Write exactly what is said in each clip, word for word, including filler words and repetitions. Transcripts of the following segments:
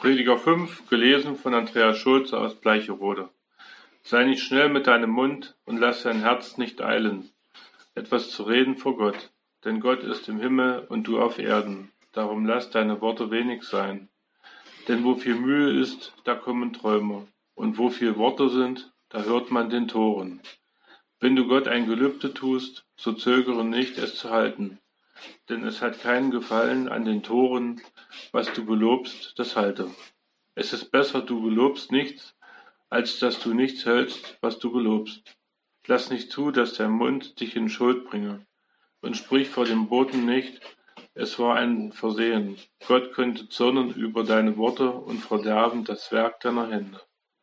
Prediger fünf, gelesen von Andreas Schulze aus Bleicherode. Sei nicht schnell mit deinem Mund und lass dein Herz nicht eilen, etwas zu reden vor Gott. Denn Gott ist im Himmel und du auf Erden. Darum lass deine Worte wenig sein. Denn wo viel Mühe ist, da kommen Träume. Und wo viel Worte sind, da hört man den Toren. Wenn du Gott ein Gelübde tust, so zögere nicht, es zu halten. Denn es hat keinen Gefallen an den Toren, was du gelobst, das halte. Es ist besser, du gelobst nichts, als dass du nichts hältst, was du gelobst. Lass nicht zu, dass dein Mund dich in Schuld bringe. Und sprich vor dem Boten nicht, es war ein Versehen. Gott könnte zürnen über deine Worte und verderben das Werk deiner Hände.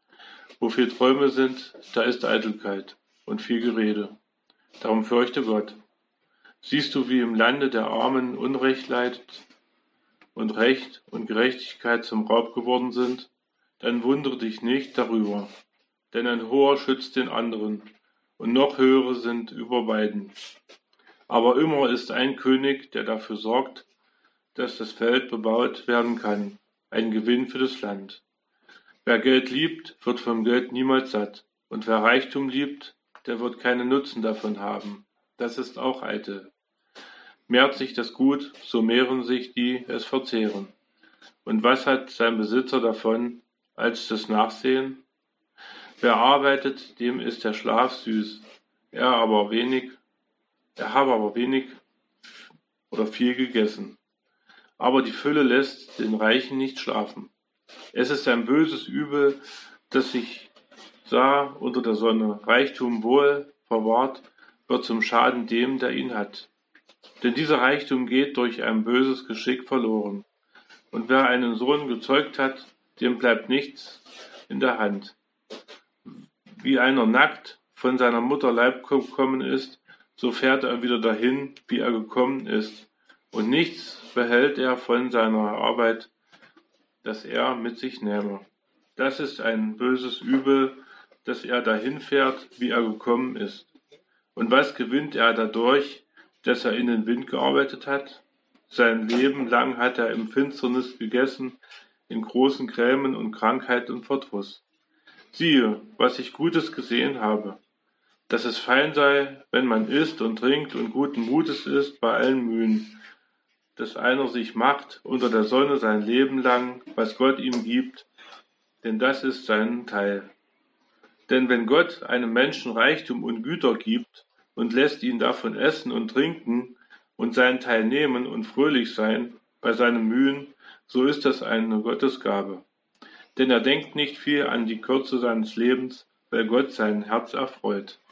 Wo viel Träume sind, da ist Eitelkeit und viel Gerede. Darum fürchte Gott. Siehst du, wie im Lande der Armen Unrecht leidet und Recht und Gerechtigkeit zum Raub geworden sind? Dann wundere dich nicht darüber, denn ein Hoher schützt den anderen und noch Höhere sind über beiden. Aber immer ist ein König, der dafür sorgt, dass das Feld bebaut werden kann, ein Gewinn für das Land. Wer Geld liebt, wird vom Geld niemals satt, und wer Reichtum liebt, der wird keinen Nutzen davon haben. Das ist auch eitel. Mehrt sich das Gut, so mehren sich die es verzehren. Und was hat sein Besitzer davon, als das Nachsehen? Wer arbeitet, dem ist der Schlaf süß, er aber wenig, er habe aber wenig oder viel gegessen. Aber die Fülle lässt den Reichen nicht schlafen. Es ist ein böses Übel, das sich sah unter der Sonne. Reichtum wohl verwahrt wird zum Schaden dem, der ihn hat. Denn dieser Reichtum geht durch ein böses Geschick verloren. Und wer einen Sohn gezeugt hat, dem bleibt nichts in der Hand. Wie einer nackt von seiner Mutter Leib gekommen ist, so fährt er wieder dahin, wie er gekommen ist. Und nichts behält er von seiner Arbeit, das er mit sich nähme. Das ist ein böses Übel, dass er dahin fährt, wie er gekommen ist. Und was gewinnt er dadurch, dass er in den Wind gearbeitet hat? Sein Leben lang hat er im Finsternis gegessen, in großen Grämen und Krankheit und Verdruss. Siehe, was ich Gutes gesehen habe, dass es fein sei, wenn man isst und trinkt und guten Mutes ist bei allen Mühen, dass einer sich macht unter der Sonne sein Leben lang, was Gott ihm gibt, denn das ist sein Teil. Denn wenn Gott einem Menschen Reichtum und Güter gibt und lässt ihn davon essen und trinken und sein Teil nehmen und fröhlich sein bei seinen Mühen, so ist das eine Gottesgabe. Denn er denkt nicht viel an die Kürze seines Lebens, weil Gott sein Herz erfreut.